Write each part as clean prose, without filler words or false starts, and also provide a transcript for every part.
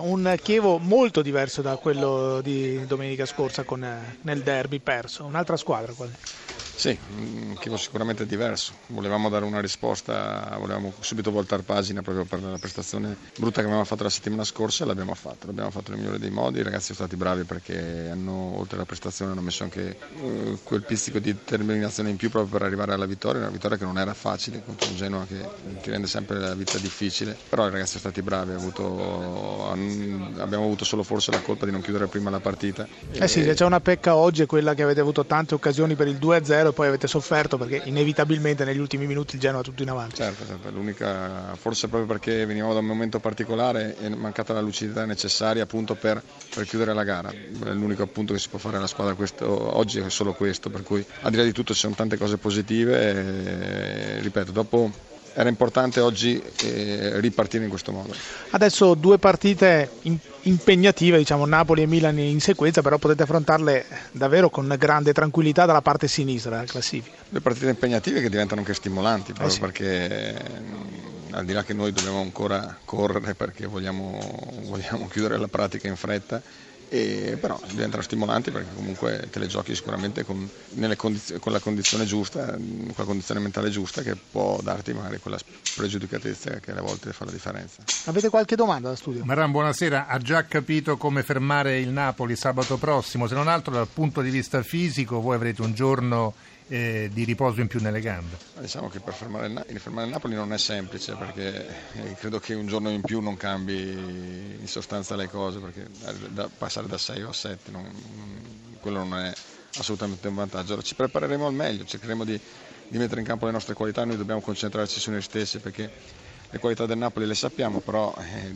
un Chievo molto diverso da quello di domenica scorsa nel derby perso, un'altra squadra quasi. Sì, un Chievo sicuramente diverso. Volevamo dare una risposta, volevamo subito voltare pagina proprio per la prestazione brutta che avevamo fatto la settimana scorsa e l'abbiamo fatto nel migliore dei modi. I ragazzi sono stati bravi perché oltre alla prestazione hanno messo anche quel pizzico di determinazione in più proprio per arrivare alla vittoria, una vittoria che non era facile contro un Genoa che ti rende sempre la vita difficile, però i ragazzi sono stati bravi, abbiamo avuto solo forse la colpa di non chiudere prima la partita. Sì, se c'è una pecca oggi è quella che avete avuto tante occasioni per il 2-0 e poi avete sofferto perché inevitabilmente negli ultimi minuti il Genoa tutto in avanti. Certo, l'unica, forse proprio perché venivamo da un momento particolare è mancata la lucidità necessaria appunto per chiudere la gara. L'unico appunto che si può fare alla squadra oggi è solo questo, per cui al di là di tutto ci sono tante cose positive e, ripeto, dopo era importante oggi ripartire in questo modo. Adesso due partite impegnative, diciamo Napoli e Milan in sequenza, però potete affrontarle davvero con grande tranquillità dalla parte sinistra della classifica. Due partite impegnative che diventano anche stimolanti, proprio perché al di là che noi dobbiamo ancora correre perché vogliamo chiudere la pratica in fretta, però diventano stimolanti perché comunque te le giochi sicuramente con la condizione giusta, con la condizione mentale giusta che può darti magari quella spregiudicatezza che alle volte fa la differenza. Avete qualche domanda da studio? Maran, buonasera. Ha già capito come fermare il Napoli sabato prossimo? Se non altro dal punto di vista fisico voi avrete un giorno di riposo in più nelle gambe. Diciamo che per fermare il Napoli non è semplice perché credo che un giorno in più non cambi in sostanza le cose, perché passare da 6 a 7 quello non è assolutamente un vantaggio. Allora, ci prepareremo al meglio, cercheremo di mettere in campo le nostre qualità, noi dobbiamo concentrarci su noi stessi perché le qualità del Napoli le sappiamo, però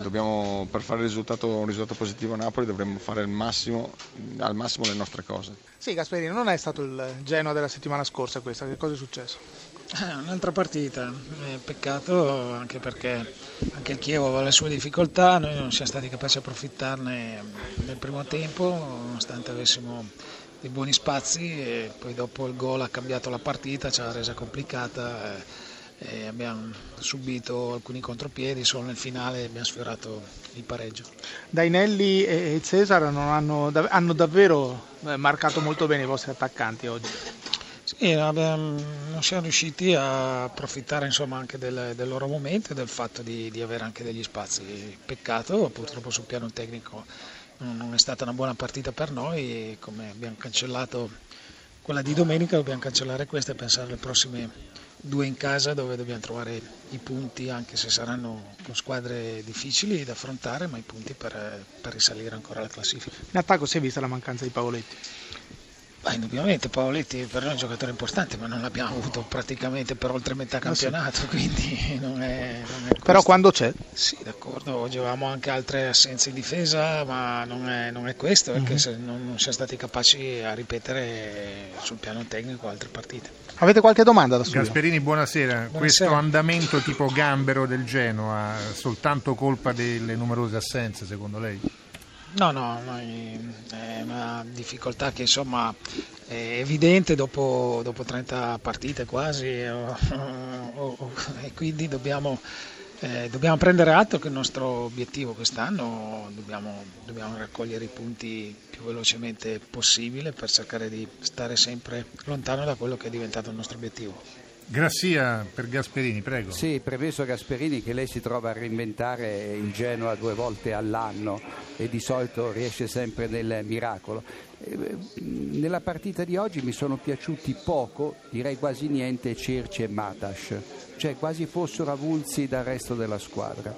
per fare un risultato positivo a Napoli dovremmo fare al massimo le nostre cose. Sì, Gasperini, non è stato il Genoa della settimana scorsa questa, che cosa è successo? Un'altra partita, peccato anche perché anche il Chievo aveva le sue difficoltà, noi non siamo stati capaci di approfittarne nel primo tempo, nonostante avessimo dei buoni spazi e poi dopo il gol ha cambiato la partita, ci ha resa complicata. Abbiamo subito alcuni contropiedi, solo nel finale abbiamo sfiorato il pareggio. Dainelli e Cesar hanno davvero marcato molto bene i vostri attaccanti oggi. Sì, non siamo riusciti a approfittare insomma anche del loro momento e del fatto di avere anche degli spazi. Peccato, purtroppo sul piano tecnico non è stata una buona partita per noi, come abbiamo cancellato quella di domenica dobbiamo cancellare questa e pensare alle prossime due in casa dove dobbiamo trovare i punti, anche se saranno con squadre difficili da affrontare, ma i punti per risalire ancora la classifica. In attacco si è vista la mancanza di Pavoletti? Indubbiamente Pavoletti per noi è un giocatore importante, ma non l'abbiamo avuto praticamente per oltre metà campionato, quindi non è però quando c'è? Sì, d'accordo, oggi avevamo anche altre assenze in difesa, ma non è questo, perché se non siamo stati capaci a ripetere sul piano tecnico altre partite. Avete qualche domanda da studio? Gasperini, buonasera. Questo andamento tipo gambero del Genoa, soltanto colpa delle numerose assenze secondo lei? No, è una difficoltà che insomma è evidente dopo 30 partite quasi e quindi dobbiamo prendere atto che il nostro obiettivo quest'anno dobbiamo raccogliere i punti più velocemente possibile per cercare di stare sempre lontano da quello che è diventato il nostro obiettivo. Grazia per Gasperini, prego. Sì, premesso Gasperini che lei si trova a reinventare il Genoa 2 volte all'anno e di solito riesce sempre nel miracolo. Nella partita di oggi mi sono piaciuti poco, direi quasi niente, Cerci e Matas, cioè quasi fossero avulsi dal resto della squadra.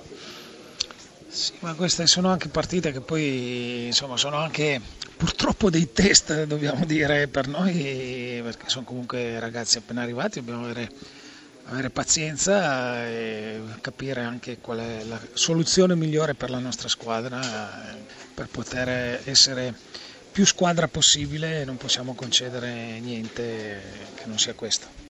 Sì, ma queste sono anche partite che poi insomma sono anche purtroppo dei test, dobbiamo dire, per noi, perché sono comunque ragazzi appena arrivati, dobbiamo avere pazienza e capire anche qual è la soluzione migliore per la nostra squadra per poter essere più squadra possibile e non possiamo concedere niente che non sia questo.